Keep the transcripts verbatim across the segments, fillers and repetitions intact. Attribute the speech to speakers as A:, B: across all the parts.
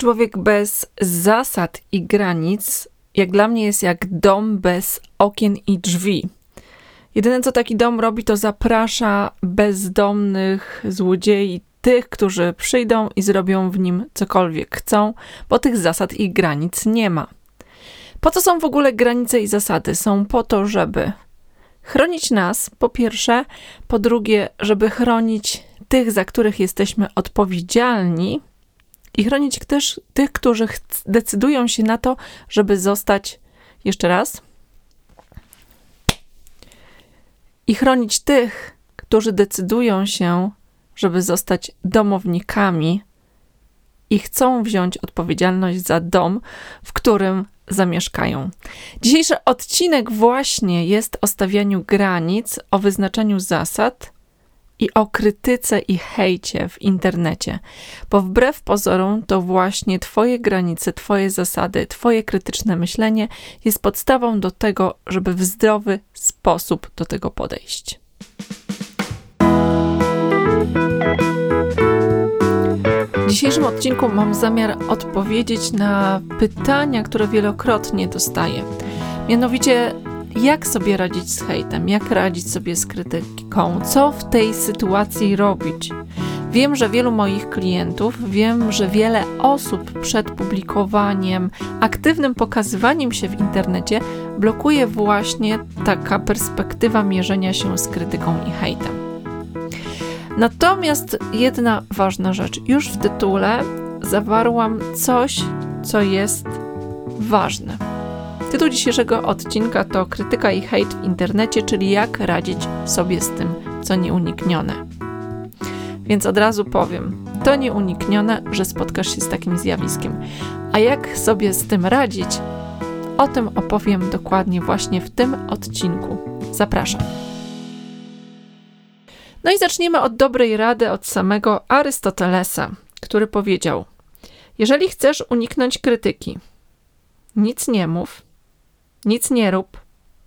A: Człowiek bez zasad i granic, jak dla mnie, jest jak dom bez okien i drzwi. Jedyne, co taki dom robi, to zaprasza bezdomnych złodziei, tych, którzy przyjdą i zrobią w nim cokolwiek chcą, bo tych zasad i granic nie ma. Po co są w ogóle granice i zasady? Są po to, żeby chronić nas, po pierwsze, po drugie, żeby chronić tych, za których jesteśmy odpowiedzialni i chronić też tych, którzy ch- decydują się na to, żeby zostać, jeszcze raz, i chronić tych, którzy decydują się, żeby zostać domownikami i chcą wziąć odpowiedzialność za dom, w którym zamieszkają. Dzisiejszy odcinek właśnie jest o stawianiu granic, o wyznaczaniu zasad i o krytyce i hejcie w internecie. Bo wbrew pozorom to właśnie twoje granice, twoje zasady, twoje krytyczne myślenie jest podstawą do tego, żeby w zdrowy sposób do tego podejść. W dzisiejszym odcinku mam zamiar odpowiedzieć na pytania, które wielokrotnie dostaję. Mianowicie, jak sobie radzić z hejtem, jak radzić sobie z krytyką, co w tej sytuacji robić. Wiem, że wielu moich klientów, wiem, że wiele osób przed publikowaniem, aktywnym pokazywaniem się w internecie blokuje właśnie taka perspektywa mierzenia się z krytyką i hejtem. Natomiast jedna ważna rzecz. Już w tytule zawarłam coś, co jest ważne. Tytuł dzisiejszego odcinka to Krytyka i hejt w internecie, czyli jak radzić sobie z tym, co nieuniknione. Więc od razu powiem, to nieuniknione, że spotkasz się z takim zjawiskiem. A jak sobie z tym radzić? O tym opowiem dokładnie właśnie w tym odcinku. Zapraszam. No i zaczniemy od dobrej rady od samego Arystotelesa, który powiedział: jeżeli chcesz uniknąć krytyki, nic nie mów, nic nie rób,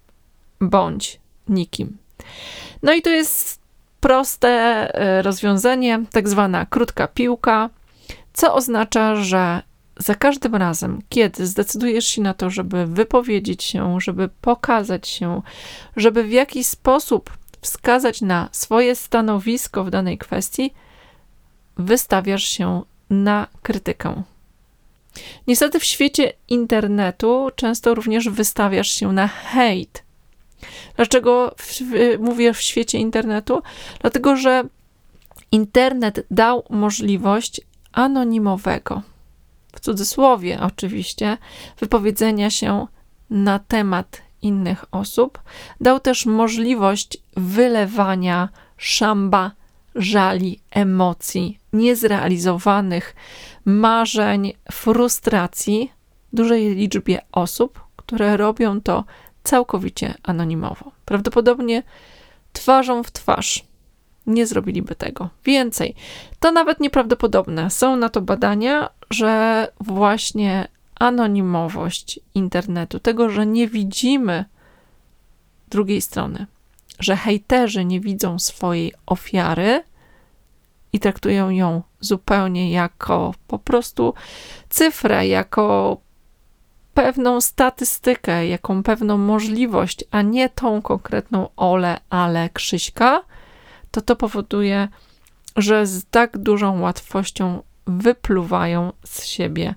A: bądź nikim. No i to jest proste rozwiązanie, tak zwana krótka piłka, co oznacza, że za każdym razem, kiedy zdecydujesz się na to, żeby wypowiedzieć się, żeby pokazać się, żeby w jakiś sposób wskazać na swoje stanowisko w danej kwestii, wystawiasz się na krytykę. Niestety w świecie internetu często również wystawiasz się na hejt. Dlaczego w, mówię w świecie internetu? Dlatego, że internet dał możliwość anonimowego, w cudzysłowie oczywiście, wypowiedzenia się na temat innych osób. Dał też możliwość wylewania szamba, żali, emocji, niezrealizowanych marzeń, frustracji dużej liczbie osób, które robią to całkowicie anonimowo. Prawdopodobnie twarzą w twarz nie zrobiliby tego. Więcej, to nawet nieprawdopodobne. Są na to badania, że właśnie anonimowość internetu, tego, że nie widzimy drugiej strony, że hejterzy nie widzą swojej ofiary i traktują ją zupełnie jako po prostu cyfrę, jako pewną statystykę, jaką pewną możliwość, a nie tą konkretną Olę, ale Krzyśka, to to powoduje, że z tak dużą łatwością wypluwają z siebie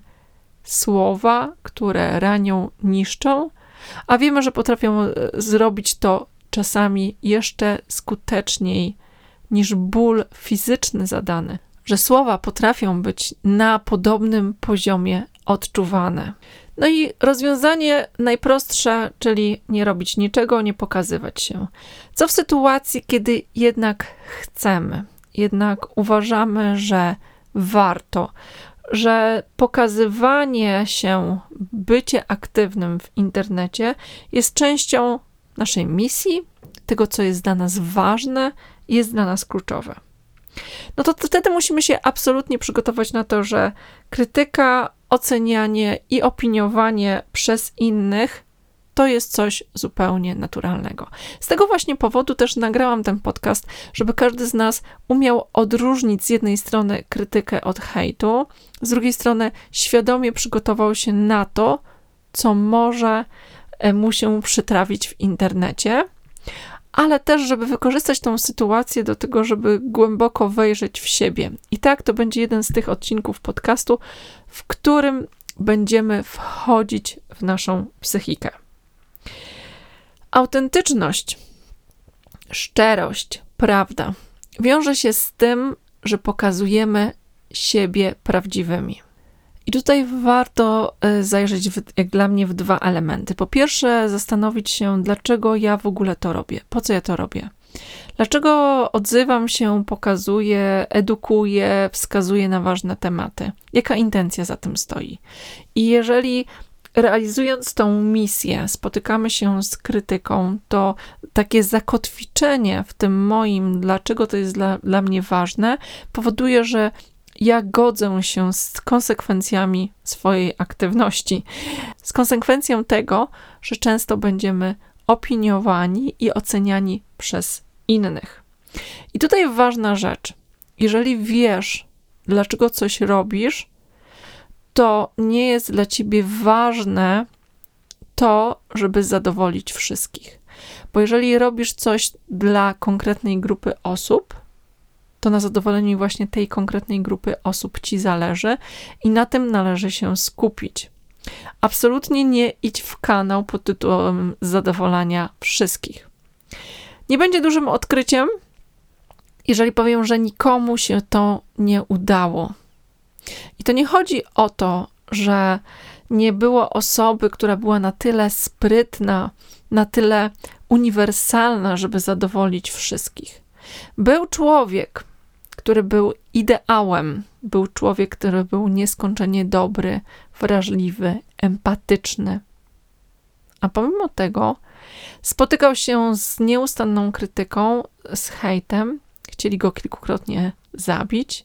A: słowa, które ranią, niszczą, a wiemy, że potrafią zrobić to czasami jeszcze skuteczniej niż ból fizyczny zadany, że słowa potrafią być na podobnym poziomie odczuwane. No i rozwiązanie najprostsze, czyli nie robić niczego, nie pokazywać się. Co w sytuacji, kiedy jednak chcemy, jednak uważamy, że warto, że pokazywanie się, bycie aktywnym w internecie jest częścią naszej misji, tego, co jest dla nas ważne, jest dla nas kluczowe. No to wtedy musimy się absolutnie przygotować na to, że krytyka, ocenianie i opiniowanie przez innych to jest coś zupełnie naturalnego. Z tego właśnie powodu też nagrałam ten podcast, żeby każdy z nas umiał odróżnić z jednej strony krytykę od hejtu, z drugiej strony świadomie przygotował się na to, co może mu się przytrafić w internecie, ale też, żeby wykorzystać tą sytuację do tego, żeby głęboko wejrzeć w siebie. I tak to będzie jeden z tych odcinków podcastu, w którym będziemy wchodzić w naszą psychikę. Autentyczność, szczerość, prawda wiąże się z tym, że pokazujemy siebie prawdziwymi. I tutaj warto zajrzeć, w, jak dla mnie, w dwa elementy. Po pierwsze, zastanowić się, dlaczego ja w ogóle to robię, po co ja to robię. Dlaczego odzywam się, pokazuję, edukuję, wskazuję na ważne tematy? Jaka intencja za tym stoi? I jeżeli realizując tą misję spotykamy się z krytyką, to takie zakotwiczenie w tym moim, dlaczego to jest dla, dla mnie ważne, powoduje, że ja godzę się z konsekwencjami swojej aktywności. Z konsekwencją tego, że często będziemy opiniowani i oceniani przez innych. I tutaj ważna rzecz. Jeżeli wiesz, dlaczego coś robisz, to nie jest dla ciebie ważne to, żeby zadowolić wszystkich. Bo jeżeli robisz coś dla konkretnej grupy osób, to na zadowoleniu właśnie tej konkretnej grupy osób ci zależy i na tym należy się skupić. Absolutnie nie idź w kanał pod tytułem zadowolenia wszystkich. Nie będzie dużym odkryciem, jeżeli powiem, że nikomu się to nie udało. I to nie chodzi o to, że nie było osoby, która była na tyle sprytna, na tyle uniwersalna, żeby zadowolić wszystkich. Był człowiek, który był ideałem, był człowiek, który był nieskończenie dobry, wrażliwy, empatyczny. A pomimo tego spotykał się z nieustanną krytyką, z hejtem. Chcieli go kilkukrotnie zabić.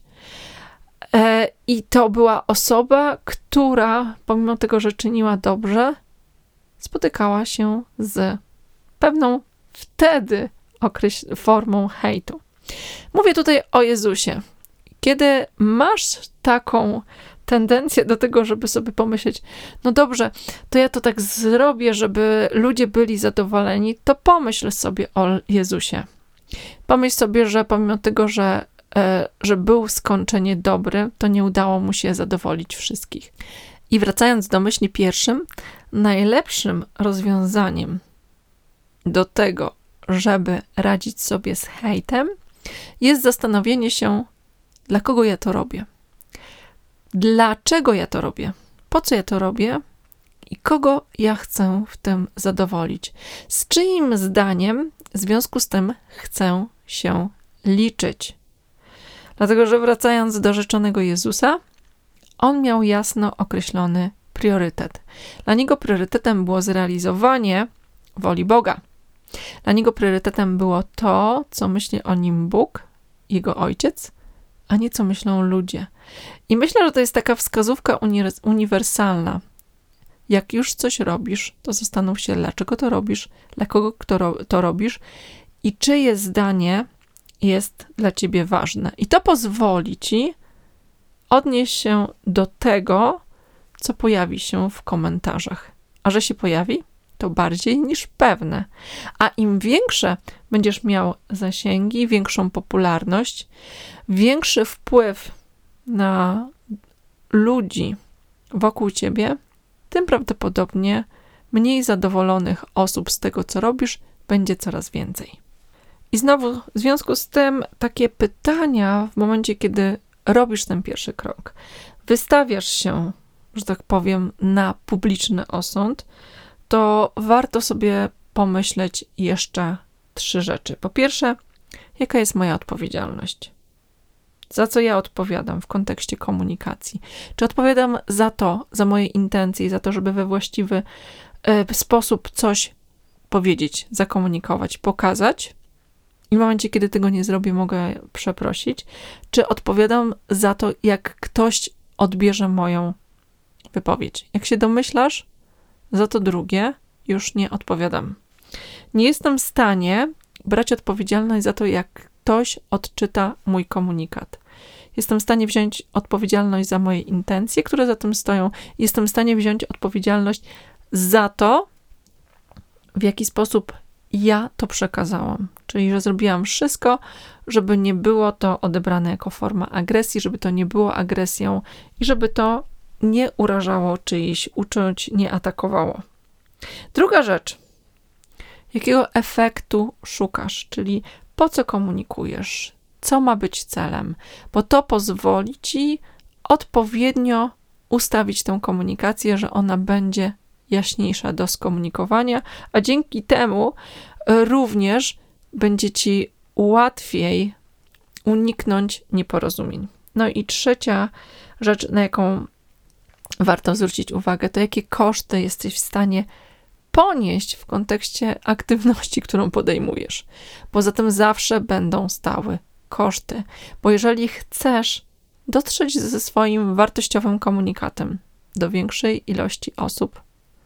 A: I to była osoba, która pomimo tego, że czyniła dobrze, spotykała się z pewną wtedy okreś- formą hejtu. Mówię tutaj o Jezusie. Kiedy masz taką tendencję do tego, żeby sobie pomyśleć, no dobrze, to ja to tak zrobię, żeby ludzie byli zadowoleni, to pomyśl sobie o Jezusie. Pomyśl sobie, że pomimo tego, że, e, że był skończenie dobry, to nie udało mu się zadowolić wszystkich. I wracając do myśli pierwszym, najlepszym rozwiązaniem do tego, żeby radzić sobie z hejtem, jest zastanowienie się, dla kogo ja to robię. Dlaczego ja to robię? Po co ja to robię? I kogo ja chcę w tym zadowolić? Z czyim zdaniem w związku z tym chcę się liczyć? Dlatego, że wracając do rzeczonego Jezusa, on miał jasno określony priorytet. Dla niego priorytetem było zrealizowanie woli Boga. Dla niego priorytetem było to, co myśli o nim Bóg, jego Ojciec, a nie co myślą ludzie. I myślę, że to jest taka wskazówka uni- uniwersalna. Jak już coś robisz, to zastanów się, dlaczego to robisz, dla kogo ro- to robisz i czyje zdanie jest dla ciebie ważne. I to pozwoli ci odnieść się do tego, co pojawi się w komentarzach. A że się pojawi, to bardziej niż pewne. A im większe będziesz miał zasięgi, większą popularność, większy wpływ na ludzi wokół ciebie, tym prawdopodobnie mniej zadowolonych osób z tego, co robisz, będzie coraz więcej. I znowu w związku z tym takie pytania w momencie, kiedy robisz ten pierwszy krok, wystawiasz się, że tak powiem, na publiczny osąd, to warto sobie pomyśleć jeszcze trzy rzeczy. Po pierwsze, jaka jest moja odpowiedzialność? Za co ja odpowiadam w kontekście komunikacji? Czy odpowiadam za to, za moje intencje, za to, żeby we właściwy y, sposób coś powiedzieć, zakomunikować, pokazać? I w momencie, kiedy tego nie zrobię, mogę przeprosić. Czy odpowiadam za to, jak ktoś odbierze moją wypowiedź? Jak się domyślasz, za to drugie już nie odpowiadam. Nie jestem w stanie brać odpowiedzialność za to, jak ktoś odczyta mój komunikat. Jestem w stanie wziąć odpowiedzialność za moje intencje, które za tym stoją. Jestem w stanie wziąć odpowiedzialność za to, w jaki sposób ja to przekazałam. Czyli, że zrobiłam wszystko, żeby nie było to odebrane jako forma agresji, żeby to nie było agresją i żeby to nie urażało czyichś uczuć, nie atakowało. Druga rzecz. Jakiego efektu szukasz? Czyli po co komunikujesz? Co ma być celem? Bo to pozwoli ci odpowiednio ustawić tę komunikację, że ona będzie jaśniejsza do skomunikowania, a dzięki temu również będzie ci łatwiej uniknąć nieporozumień. No i trzecia rzecz, na jaką warto zwrócić uwagę, to jakie koszty jesteś w stanie ponieść w kontekście aktywności, którą podejmujesz. Poza tym zawsze będą stały koszty, bo jeżeli chcesz dotrzeć ze swoim wartościowym komunikatem do większej ilości osób,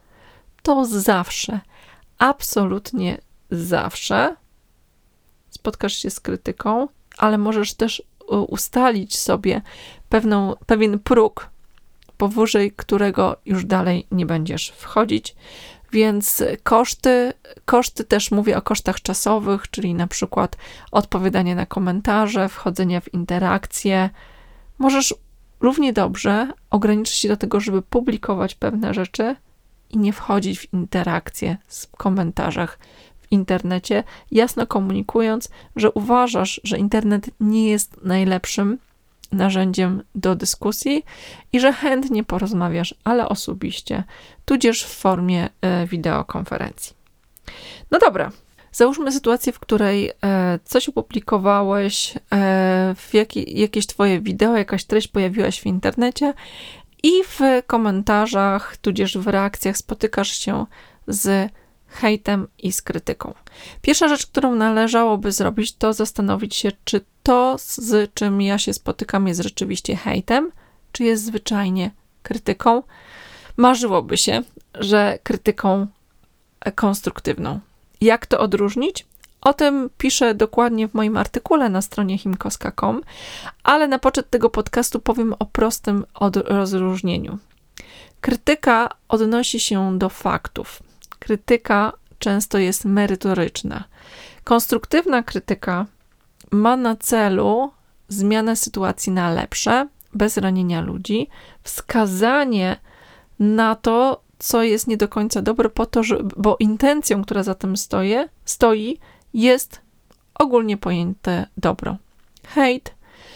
A: to zawsze, absolutnie zawsze spotkasz się z krytyką, ale możesz też ustalić sobie pewną, pewien próg, powyżej którego już dalej nie będziesz wchodzić. Więc koszty, koszty też mówię o kosztach czasowych, czyli na przykład odpowiadanie na komentarze, wchodzenie w interakcje. Możesz równie dobrze ograniczyć się do tego, żeby publikować pewne rzeczy i nie wchodzić w interakcje w komentarzach w internecie, jasno komunikując, że uważasz, że internet nie jest najlepszym narzędziem do dyskusji i że chętnie porozmawiasz, ale osobiście, tudzież w formie e, wideokonferencji. No dobra, załóżmy sytuację, w której e, coś opublikowałeś, e, w jaki, jakieś twoje wideo, jakaś treść pojawiła się w internecie i w komentarzach, tudzież w reakcjach spotykasz się z hejtem i z krytyką. Pierwsza rzecz, którą należałoby zrobić, to zastanowić się, czy to, z czym ja się spotykam, jest rzeczywiście hejtem, czy jest zwyczajnie krytyką. Marzyłoby się, że krytyką konstruktywną. Jak to odróżnić? O tym piszę dokładnie w moim artykule na stronie chimkowska kropka com, ale na poczet tego podcastu powiem o prostym od- rozróżnieniu. Krytyka odnosi się do faktów. Krytyka często jest merytoryczna. Konstruktywna krytyka ma na celu zmianę sytuacji na lepsze, bez ranienia ludzi, wskazanie na to, co jest nie do końca dobre, po to, że, bo intencją, która za tym stoi, stoi, jest ogólnie pojęte dobro. Hejt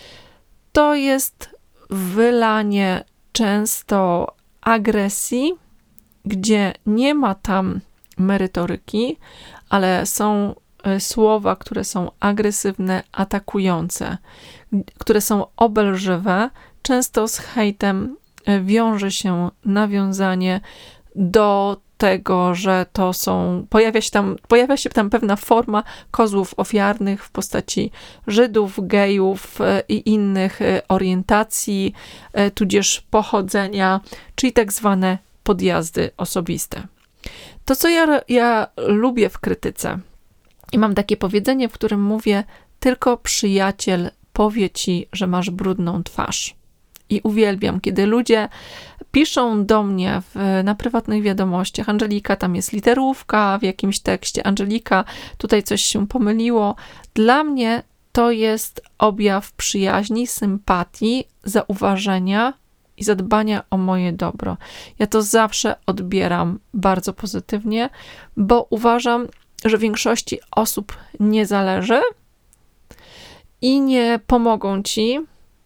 A: to jest wylanie często agresji, gdzie nie ma tam merytoryki, ale są słowa, które są agresywne, atakujące, które są obelżywe. Często z hejtem wiąże się nawiązanie do tego, że to są, pojawia się tam, pojawia się tam pewna forma kozłów ofiarnych w postaci Żydów, gejów i innych orientacji, tudzież pochodzenia, czyli tak zwane podjazdy osobiste. To, co ja, ja lubię w krytyce, i mam takie powiedzenie, w którym mówię, tylko przyjaciel powie ci, że masz brudną twarz. I uwielbiam, kiedy ludzie piszą do mnie w, na prywatnych wiadomościach, Angelika, tam jest literówka w jakimś tekście, Angelika, tutaj coś się pomyliło. Dla mnie to jest objaw przyjaźni, sympatii, zauważenia i zadbania o moje dobro. Ja to zawsze odbieram bardzo pozytywnie, bo uważam, że większości osób nie zależy i nie pomogą ci,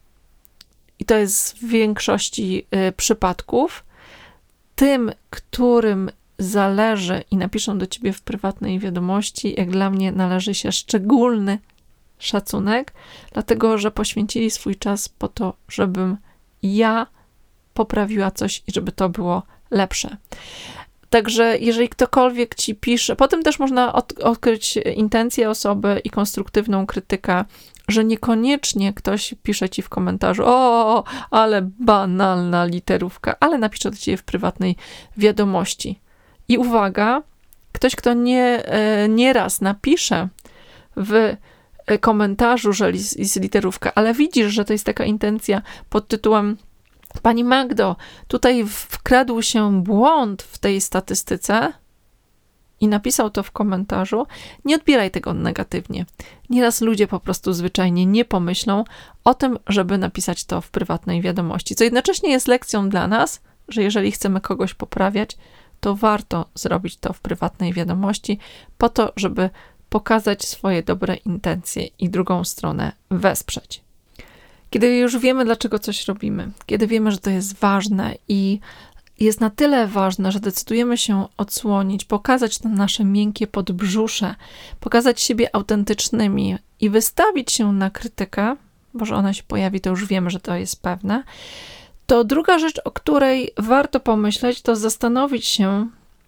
A: i to jest w większości y, przypadków, tym, którym zależy i napiszą do ciebie w prywatnej wiadomości, jak dla mnie należy się szczególny szacunek, dlatego, że poświęcili swój czas po to, żebym ja poprawiła coś i żeby to było lepsze. Także jeżeli ktokolwiek ci pisze, potem też można od, odkryć intencje osoby i konstruktywną krytykę, że niekoniecznie ktoś pisze ci w komentarzu, o, ale banalna literówka, ale napisze do ciebie w prywatnej wiadomości. I uwaga, Ktoś, kto nie, nieraz napisze w komentarzu, że jest literówka, ale widzisz, że to jest taka intencja pod tytułem: Pani Magdo, tutaj wkradł się błąd w tej statystyce i napisał to w komentarzu, nie odbieraj tego negatywnie. Nieraz ludzie po prostu zwyczajnie nie pomyślą o tym, żeby napisać to w prywatnej wiadomości, co jednocześnie jest lekcją dla nas, że jeżeli chcemy kogoś poprawiać, to warto zrobić to w prywatnej wiadomości po to, żeby pokazać swoje dobre intencje i drugą stronę wesprzeć. Kiedy już wiemy, dlaczego coś robimy, kiedy wiemy, że to jest ważne i jest na tyle ważne, że decydujemy się odsłonić, pokazać to nasze miękkie podbrzusze, pokazać siebie autentycznymi i wystawić się na krytykę, bo że ona się pojawi, to już wiemy, że to jest pewne, to druga rzecz, o której warto pomyśleć, to zastanowić się,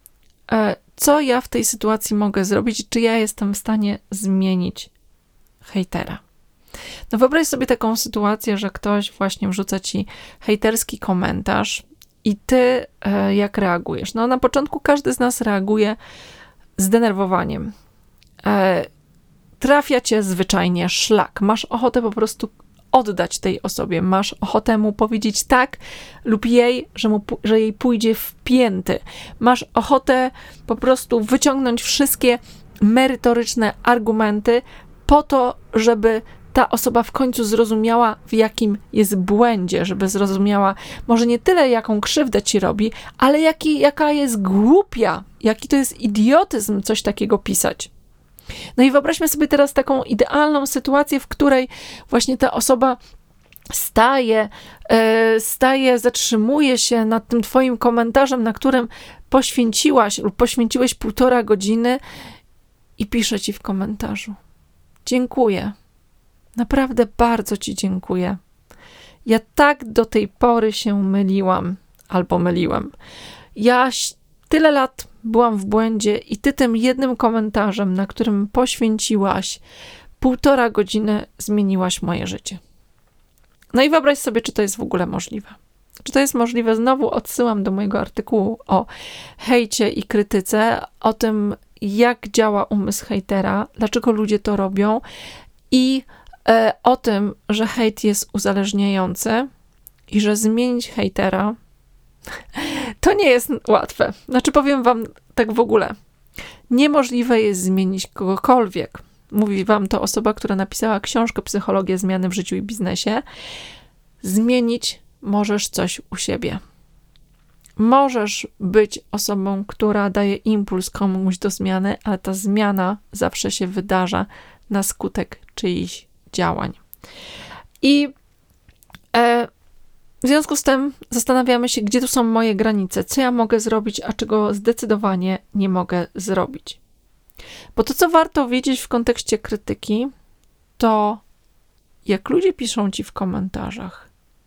A: co ja w tej sytuacji mogę zrobić, czy ja jestem w stanie zmienić hejtera. No wyobraź sobie taką sytuację, że ktoś właśnie wrzuca ci hejterski komentarz i ty e, jak reagujesz? No na początku każdy z nas reaguje zdenerwowaniem. E, trafia cię zwyczajnie szlak. Masz ochotę po prostu oddać tej osobie. Masz ochotę mu powiedzieć tak lub jej, że, mu, że jej pójdzie w pięty. Masz ochotę po prostu wyciągnąć wszystkie merytoryczne argumenty po to, żeby ta osoba w końcu zrozumiała, w jakim jest błędzie, żeby zrozumiała może nie tyle, jaką krzywdę ci robi, ale jaki, jaka jest głupia, jaki to jest idiotyzm coś takiego pisać. No i wyobraźmy sobie teraz taką idealną sytuację, w której właśnie ta osoba staje, yy, staje, zatrzymuje się nad tym twoim komentarzem, na którym poświęciłaś lub poświęciłeś półtora godziny i pisze ci w komentarzu: dziękuję. Naprawdę bardzo ci dziękuję. Ja tak do tej pory się myliłam albo myliłem. Ja tyle lat byłam w błędzie i ty tym jednym komentarzem, na którym poświęciłaś półtora godziny, zmieniłaś moje życie. No i wyobraź sobie, czy to jest w ogóle możliwe. Czy to jest możliwe? Znowu odsyłam do mojego artykułu o hejcie i krytyce, o tym, jak działa umysł hejtera, dlaczego ludzie to robią i e, o tym, że hejt jest uzależniający i że zmienić hejtera to nie jest łatwe. Znaczy, powiem wam tak w ogóle. Niemożliwe jest zmienić kogokolwiek. Mówi wam to osoba, która napisała książkę Psychologia zmiany w życiu i biznesie. Zmienić możesz coś u siebie. Możesz być osobą, która daje impuls komuś do zmiany, ale ta zmiana zawsze się wydarza na skutek czyichś działań. I e, w związku z tym zastanawiamy się, gdzie tu są moje granice, co ja mogę zrobić, a czego zdecydowanie nie mogę zrobić. Bo to, co warto wiedzieć w kontekście krytyki, to jak ludzie piszą ci w komentarzach,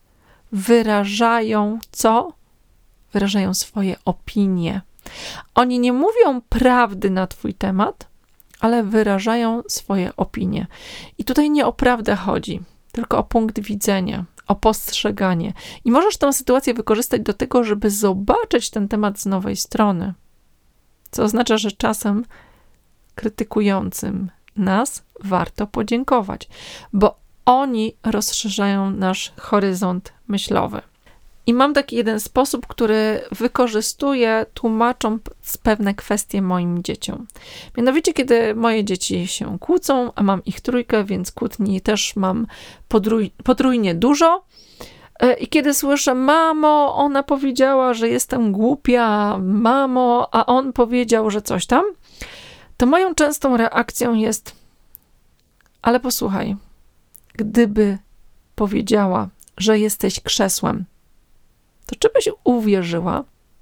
A: wyrażają co? Wyrażają swoje opinie. Oni nie mówią prawdy na twój temat, ale wyrażają swoje opinie. I tutaj nie o prawdę chodzi, tylko o punkt widzenia, o postrzeganie. I możesz tę sytuację wykorzystać do tego, żeby zobaczyć ten temat z nowej strony. Co oznacza, że czasem krytykującym nas warto podziękować, bo oni rozszerzają nasz horyzont myślowy. I mam taki jeden sposób, który wykorzystuję, tłumacząc pewne kwestie moim dzieciom. Mianowicie, kiedy moje dzieci się kłócą, a mam ich trójkę, więc kłótni też mam podrój, podrójnie dużo. I kiedy słyszę: mamo, ona powiedziała, że jestem głupia, mamo, a on powiedział, że coś tam, to moją częstą reakcją jest: ale posłuchaj, gdyby powiedziała, że jesteś krzesłem, to czy byś uwierzyła?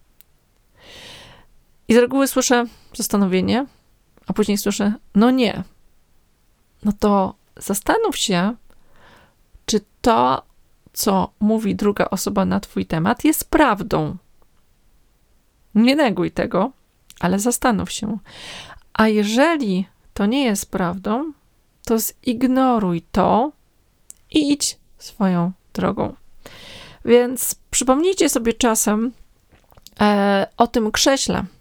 A: I z reguły słyszę zastanowienie, a później słyszę: no nie. No to zastanów się, czy to, co mówi druga osoba na twój temat, jest prawdą. Nie neguj tego, ale zastanów się. A jeżeli to nie jest prawdą, to zignoruj to i idź swoją drogą. Więc przypomnijcie sobie czasem e, o tym krześle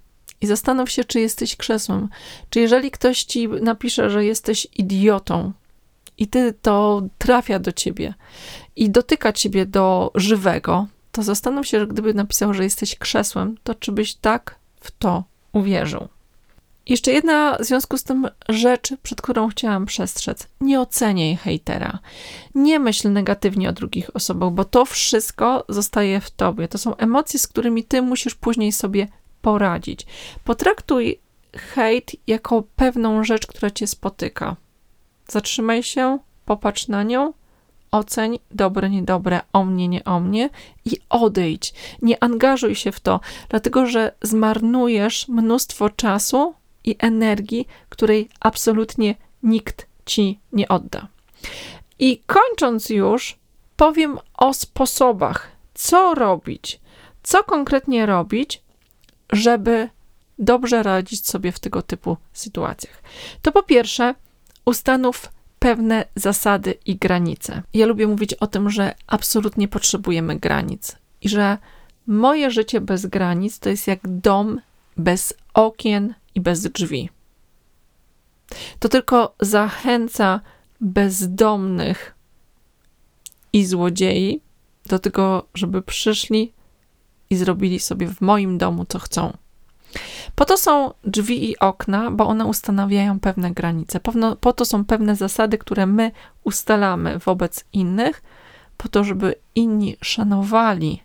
A: i zastanów się, czy jesteś krzesłem. Czy jeżeli ktoś ci napisze, że jesteś idiotą i ty to trafia do ciebie i dotyka ciebie do żywego, to zastanów się, że gdyby napisał, że jesteś krzesłem, to czy byś tak w to uwierzył. Jeszcze jedna w związku z tym rzecz, przed którą chciałam przestrzec. Nie oceniaj hejtera. Nie myśl negatywnie o drugich osobach, bo to wszystko zostaje w tobie. To są emocje, z którymi ty musisz później sobie poradzić. Potraktuj hejt jako pewną rzecz, która cię spotyka. Zatrzymaj się, popatrz na nią, oceń dobre, niedobre, o mnie, nie o mnie i odejdź. Nie angażuj się w to, dlatego że zmarnujesz mnóstwo czasu i energii, której absolutnie nikt ci nie odda. I kończąc już, powiem o sposobach, co robić, co konkretnie robić, żeby dobrze radzić sobie w tego typu sytuacjach. To po pierwsze, ustanów pewne zasady i granice. Ja lubię mówić o tym, że absolutnie potrzebujemy granic i że moje życie bez granic to jest jak dom bez okien i bez drzwi. To tylko zachęca bezdomnych i złodziei do tego, żeby przyszli i zrobili sobie w moim domu, co chcą. Po to są drzwi i okna, bo one ustanawiają pewne granice. Pewno, po to są pewne zasady, które my ustalamy wobec innych, po to, żeby inni szanowali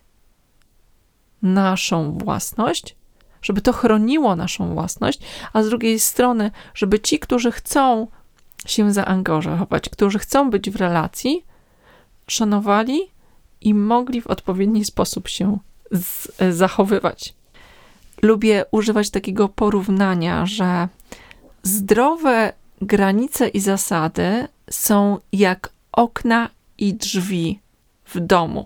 A: naszą własność, żeby to chroniło naszą własność, a z drugiej strony, żeby ci, którzy chcą się zaangażować, którzy chcą być w relacji, szanowali i mogli w odpowiedni sposób się z- zachowywać. Lubię używać takiego porównania, że zdrowe granice i zasady są jak okna i drzwi w domu.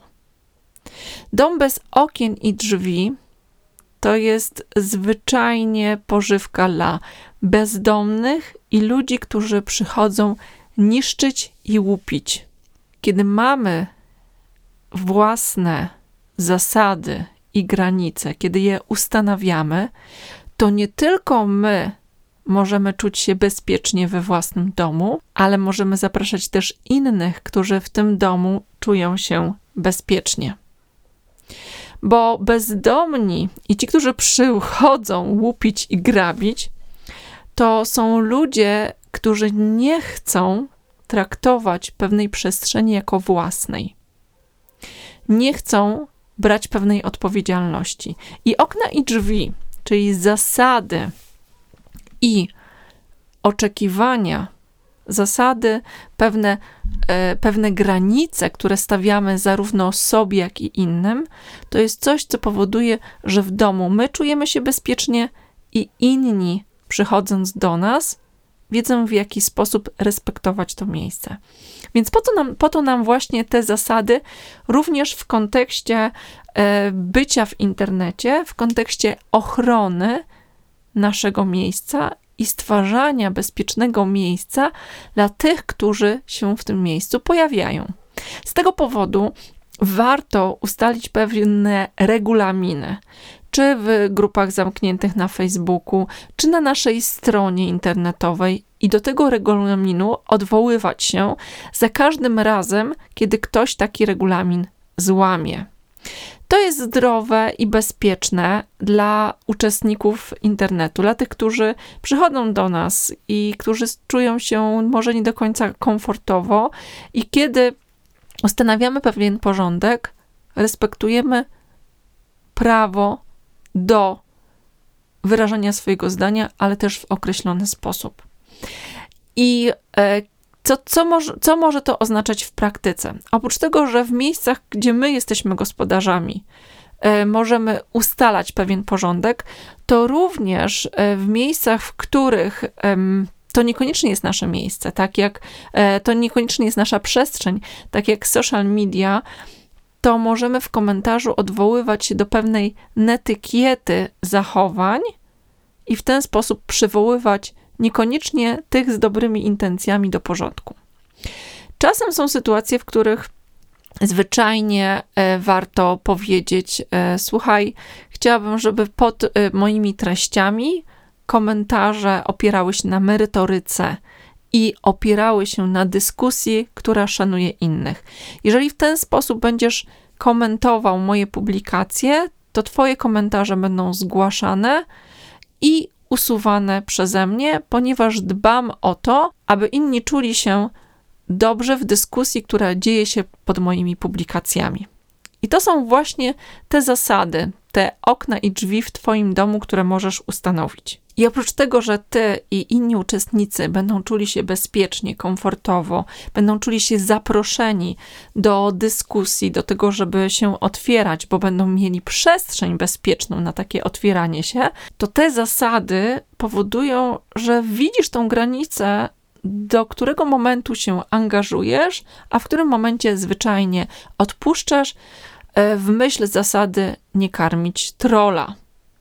A: Dom bez okien i drzwi to jest zwyczajnie pożywka dla bezdomnych i ludzi, którzy przychodzą niszczyć i łupić. Kiedy mamy własne zasady i granice, kiedy je ustanawiamy, to nie tylko my możemy czuć się bezpiecznie we własnym domu, ale możemy zapraszać też innych, którzy w tym domu czują się bezpiecznie. Bo bezdomni i ci, którzy przychodzą łupić i grabić, to są ludzie, którzy nie chcą traktować pewnej przestrzeni jako własnej. Nie chcą brać pewnej odpowiedzialności. I okna i drzwi, czyli zasady i oczekiwania, zasady, pewne, e, pewne granice, które stawiamy zarówno sobie, jak i innym, to jest coś, co powoduje, że w domu my czujemy się bezpiecznie i inni, przychodząc do nas, wiedzą, w jaki sposób respektować to miejsce. Więc po to nam, po to nam właśnie te zasady, również w kontekście e, bycia w internecie, w kontekście ochrony naszego miejsca i stwarzania bezpiecznego miejsca dla tych, którzy się w tym miejscu pojawiają. Z tego powodu warto ustalić pewne regulaminy, czy w grupach zamkniętych na Facebooku, czy na naszej stronie internetowej i do tego regulaminu odwoływać się za każdym razem, kiedy ktoś taki regulamin złamie. To jest zdrowe i bezpieczne dla uczestników internetu, dla tych, którzy przychodzą do nas i którzy czują się może nie do końca komfortowo i kiedy ustanawiamy pewien porządek, respektujemy prawo do wyrażania swojego zdania, ale też w określony sposób. I e, co, co, może, co może to oznaczać w praktyce? Oprócz tego, że w miejscach, gdzie my jesteśmy gospodarzami, e, możemy ustalać pewien porządek, to również e, w miejscach, w których e, to niekoniecznie jest nasze miejsce, tak jak e, to niekoniecznie jest nasza przestrzeń, tak jak social media, to możemy w komentarzu odwoływać się do pewnej netykiety zachowań i w ten sposób przywoływać niekoniecznie tych z dobrymi intencjami do porządku. Czasem są sytuacje, w których zwyczajnie warto powiedzieć: słuchaj, chciałabym, żeby pod moimi treściami komentarze opierały się na merytoryce i opierały się na dyskusji, która szanuje innych. Jeżeli w ten sposób będziesz komentował moje publikacje, to twoje komentarze będą zgłaszane i usuwane przeze mnie, ponieważ dbam o to, aby inni czuli się dobrze w dyskusji, która dzieje się pod moimi publikacjami. I to są właśnie te zasady, te okna i drzwi w twoim domu, które możesz ustanowić. I oprócz tego, że ty i inni uczestnicy będą czuli się bezpiecznie, komfortowo, będą czuli się zaproszeni do dyskusji, do tego, żeby się otwierać, bo będą mieli przestrzeń bezpieczną na takie otwieranie się, to te zasady powodują, że widzisz tą granicę, do którego momentu się angażujesz, a w którym momencie zwyczajnie odpuszczasz, w myśl zasady nie karmić trolla.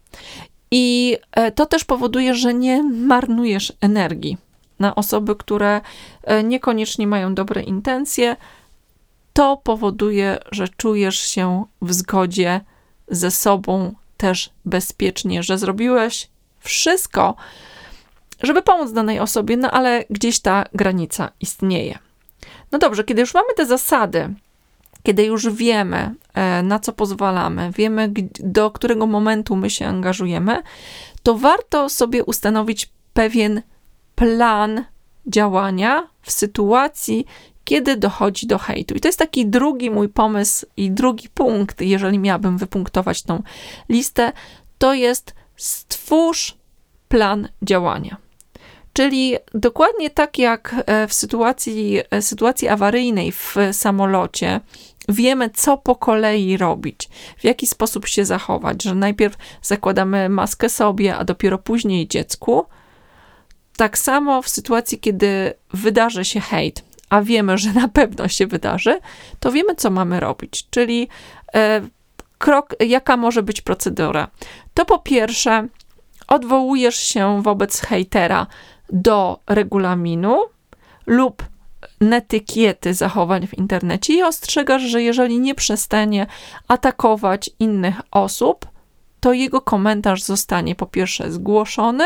A: I to też powoduje, że nie marnujesz energii na osoby, które niekoniecznie mają dobre intencje. To powoduje, że czujesz się w zgodzie ze sobą też bezpiecznie, że zrobiłeś wszystko, żeby pomóc danej osobie, no ale gdzieś ta granica istnieje. No dobrze, kiedy już mamy te zasady, kiedy już wiemy, na co pozwalamy, wiemy, do którego momentu my się angażujemy, to warto sobie ustanowić pewien plan działania w sytuacji, kiedy dochodzi do hejtu. I to jest taki drugi mój pomysł i drugi punkt, jeżeli miałabym wypunktować tą listę, to jest stwórz plan działania. Czyli dokładnie tak jak w sytuacji, sytuacji awaryjnej w samolocie, wiemy, co po kolei robić, w jaki sposób się zachować, że najpierw zakładamy maskę sobie, a dopiero później dziecku. Tak samo w sytuacji, kiedy wydarzy się hejt, a wiemy, że na pewno się wydarzy, to wiemy, co mamy robić. Czyli e, krok, jaka może być procedura. To po pierwsze, odwołujesz się wobec hejtera do regulaminu lub netykiety zachowań w internecie i ostrzegasz, że jeżeli nie przestanie atakować innych osób, to jego komentarz zostanie po pierwsze zgłoszony,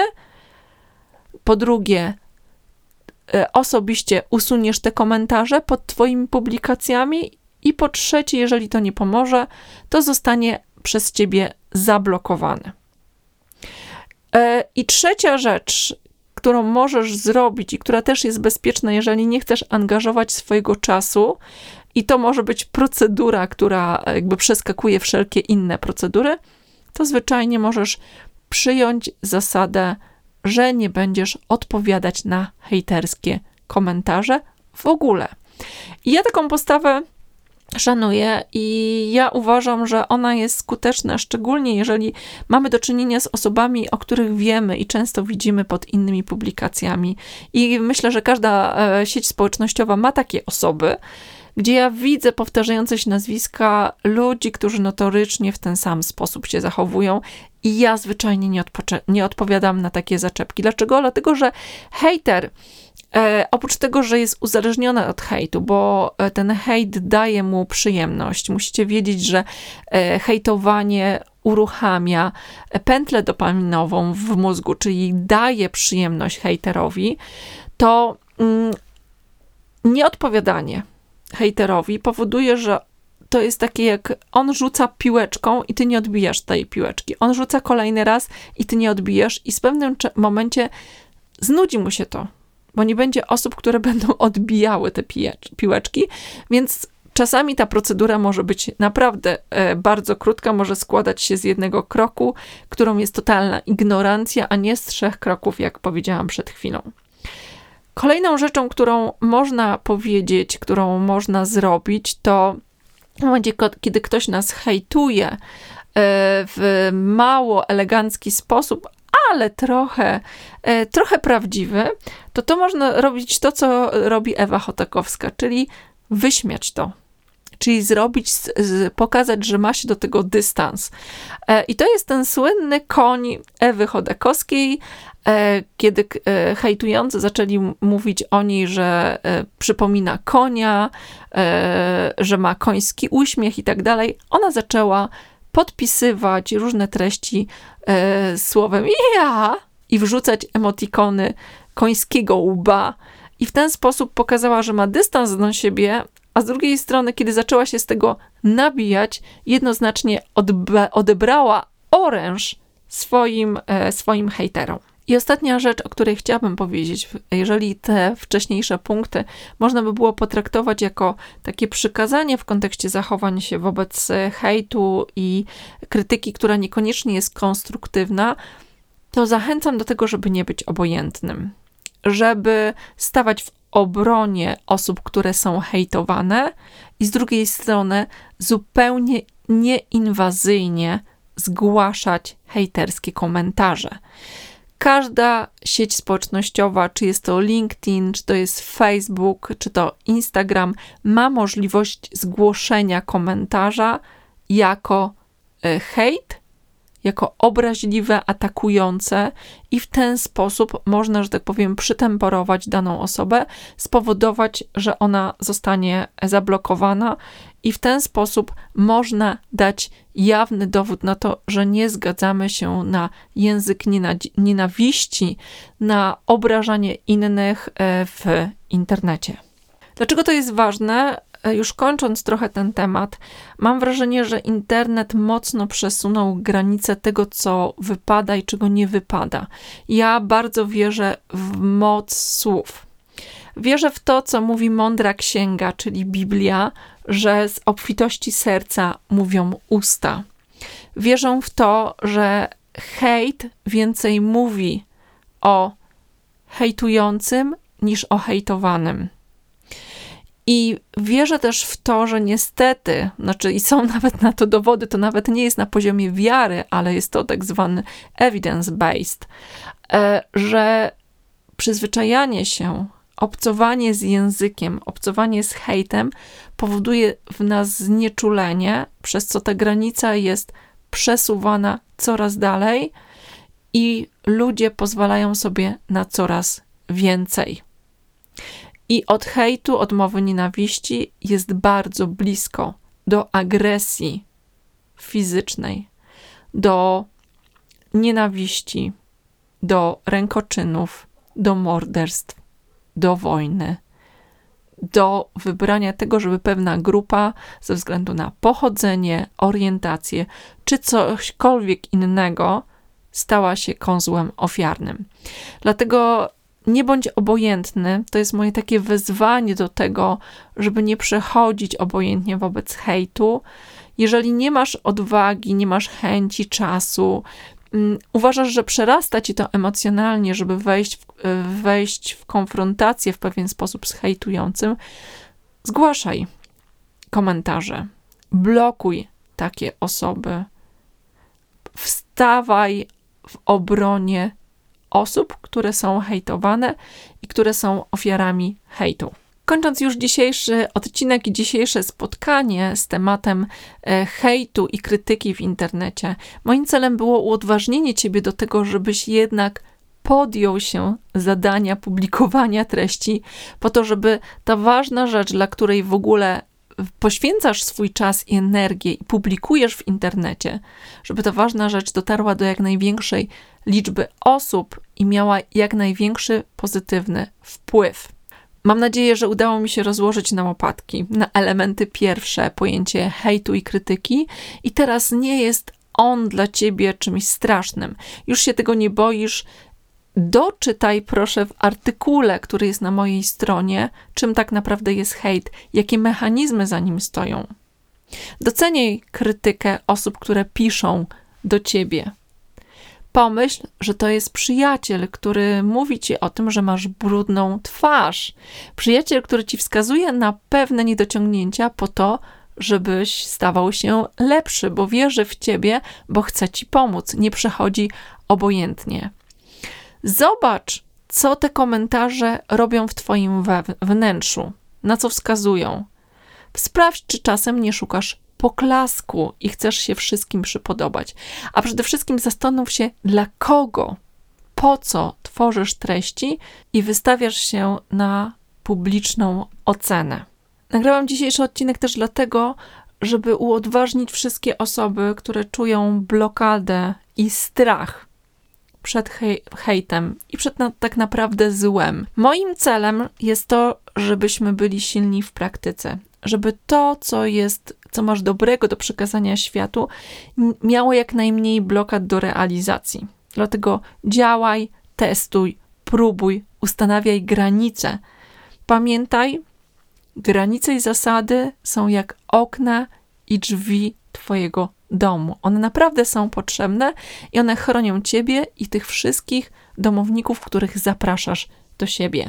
A: po drugie osobiście usuniesz te komentarze pod twoimi publikacjami i po trzecie, jeżeli to nie pomoże, to zostanie przez ciebie zablokowany. I trzecia rzecz, którą możesz zrobić i która też jest bezpieczna, jeżeli nie chcesz angażować swojego czasu, i to może być procedura, która jakby przeskakuje wszelkie inne procedury, to zwyczajnie możesz przyjąć zasadę, że nie będziesz odpowiadać na hejterskie komentarze w ogóle. I ja taką postawę szanuję i ja uważam, że ona jest skuteczna, szczególnie jeżeli mamy do czynienia z osobami, o których wiemy i często widzimy pod innymi publikacjami. I myślę, że każda sieć społecznościowa ma takie osoby, gdzie ja widzę powtarzające się nazwiska ludzi, którzy notorycznie w ten sam sposób się zachowują i ja zwyczajnie nie, odpoczę- nie odpowiadam na takie zaczepki. Dlaczego? Dlatego, że hejter, E, oprócz tego, że jest uzależniona od hejtu, bo ten hejt daje mu przyjemność. Musicie wiedzieć, że e, hejtowanie uruchamia pętlę dopaminową w mózgu, czyli daje przyjemność hejterowi, to mm, nieodpowiadanie hejterowi powoduje, że to jest takie jak on rzuca piłeczką i ty nie odbijasz tej piłeczki. On rzuca kolejny raz i ty nie odbijasz i w pewnym momencie znudzi mu się to, bo nie będzie osób, które będą odbijały te piłeczki, więc czasami ta procedura może być naprawdę bardzo krótka, może składać się z jednego kroku, którą jest totalna ignorancja, a nie z trzech kroków, jak powiedziałam przed chwilą. Kolejną rzeczą, którą można powiedzieć, którą można zrobić, to w momencie, kiedy ktoś nas hejtuje w mało elegancki sposób, ale trochę, trochę prawdziwy, to to można robić to, co robi Ewa Chodakowska, czyli wyśmiać to. Czyli zrobić, pokazać, że ma się do tego dystans. I to jest ten słynny koń Ewy Chodakowskiej, kiedy hejtujący zaczęli mówić o niej, że przypomina konia, że ma koński uśmiech i tak dalej, ona zaczęła podpisywać różne treści słowem ja i wrzucać emotikony końskiego łba i w ten sposób pokazała, że ma dystans do siebie, a z drugiej strony, kiedy zaczęła się z tego nabijać, jednoznacznie odbe- odebrała oręż swoim, e, swoim hejterom. I ostatnia rzecz, o której chciałabym powiedzieć, jeżeli te wcześniejsze punkty można by było potraktować jako takie przykazanie w kontekście zachowań się wobec hejtu i krytyki, która niekoniecznie jest konstruktywna, to zachęcam do tego, żeby nie być obojętnym, żeby stawać w obronie osób, które są hejtowane i z drugiej strony zupełnie nieinwazyjnie zgłaszać hejterskie komentarze. Każda sieć społecznościowa, czy jest to LinkedIn, czy to jest Facebook, czy to Instagram, ma możliwość zgłoszenia komentarza jako hejt, jako obraźliwe, atakujące i w ten sposób można, że tak powiem, przytemperować daną osobę, spowodować, że ona zostanie zablokowana i w ten sposób można dać jawny dowód na to, że nie zgadzamy się na język nienawiści, na obrażanie innych w internecie. Dlaczego to jest ważne? Już kończąc trochę ten temat, mam wrażenie, że internet mocno przesunął granice tego, co wypada i czego nie wypada. Ja bardzo wierzę w moc słów. Wierzę w to, co mówi mądra księga, czyli Biblia, że z obfitości serca mówią usta. Wierzę w to, że hejt więcej mówi o hejtującym niż o hejtowanym. I wierzę też w to, że niestety, znaczy i są nawet na to dowody, to nawet nie jest na poziomie wiary, ale jest to tak zwany evidence-based, że przyzwyczajanie się, obcowanie z językiem, obcowanie z hejtem powoduje w nas znieczulenie, przez co ta granica jest przesuwana coraz dalej i ludzie pozwalają sobie na coraz więcej. I od hejtu, od mowy nienawiści jest bardzo blisko do agresji fizycznej, do nienawiści, do rękoczynów, do morderstw, do wojny, do wybrania tego, żeby pewna grupa ze względu na pochodzenie, orientację czy cośkolwiek innego stała się kozłem ofiarnym. Dlatego nie bądź obojętny, to jest moje takie wezwanie do tego, żeby nie przechodzić obojętnie wobec hejtu. Jeżeli nie masz odwagi, nie masz chęci, czasu, um, uważasz, że przerasta ci to emocjonalnie, żeby wejść w, wejść w konfrontację w pewien sposób z hejtującym, zgłaszaj komentarze, blokuj takie osoby, wstawaj w obronie osób, które są hejtowane i które są ofiarami hejtu. Kończąc już dzisiejszy odcinek i dzisiejsze spotkanie z tematem hejtu i krytyki w internecie, moim celem było uodważnienie ciebie do tego, żebyś jednak podjął się zadania publikowania treści po to, żeby ta ważna rzecz, dla której w ogóle poświęcasz swój czas i energię i publikujesz w internecie, żeby ta ważna rzecz dotarła do jak największej liczby osób i miała jak największy pozytywny wpływ. Mam nadzieję, że udało mi się rozłożyć na łopatki, na elementy pierwsze, pojęcie hejtu i krytyki i teraz nie jest on dla ciebie czymś strasznym. Już się tego nie boisz. Doczytaj proszę w artykule, który jest na mojej stronie, czym tak naprawdę jest hejt, jakie mechanizmy za nim stoją. Doceniaj krytykę osób, które piszą do ciebie. Pomyśl, że to jest przyjaciel, który mówi ci o tym, że masz brudną twarz. Przyjaciel, który ci wskazuje na pewne niedociągnięcia po to, żebyś stawał się lepszy, bo wierzy w ciebie, bo chce ci pomóc. Nie przechodzi obojętnie. Zobacz, co te komentarze robią w twoim wnętrzu, na co wskazują. Sprawdź, czy czasem nie szukasz poklasku i chcesz się wszystkim przypodobać. A przede wszystkim zastanów się, dla kogo po co tworzysz treści i wystawiasz się na publiczną ocenę. Nagrałam dzisiejszy odcinek też dlatego, żeby uodważnić wszystkie osoby, które czują blokadę i strach przed hej- hejtem i przed na- tak naprawdę złem. Moim celem jest to, żebyśmy byli silni w praktyce, żeby to, co jest, co masz dobrego do przekazania światu, n- miało jak najmniej blokad do realizacji. Dlatego działaj, testuj, próbuj, ustanawiaj granice. Pamiętaj, granice i zasady są jak okna i drzwi twojego domu. One naprawdę są potrzebne i one chronią ciebie i tych wszystkich domowników, których zapraszasz do siebie.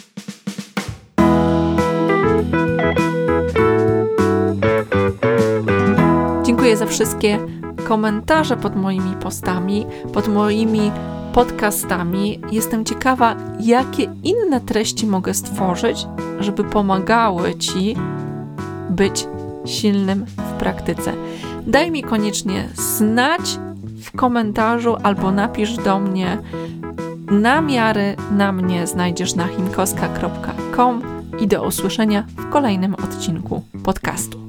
A: Dziękuję za wszystkie komentarze pod moimi postami, pod moimi podcastami. Jestem ciekawa, jakie inne treści mogę stworzyć, żeby pomagały ci być silnym w praktyce. Daj mi koniecznie znać w komentarzu albo napisz do mnie. Namiary na mnie znajdziesz na chimkowska kropka com i do usłyszenia w kolejnym odcinku podcastu.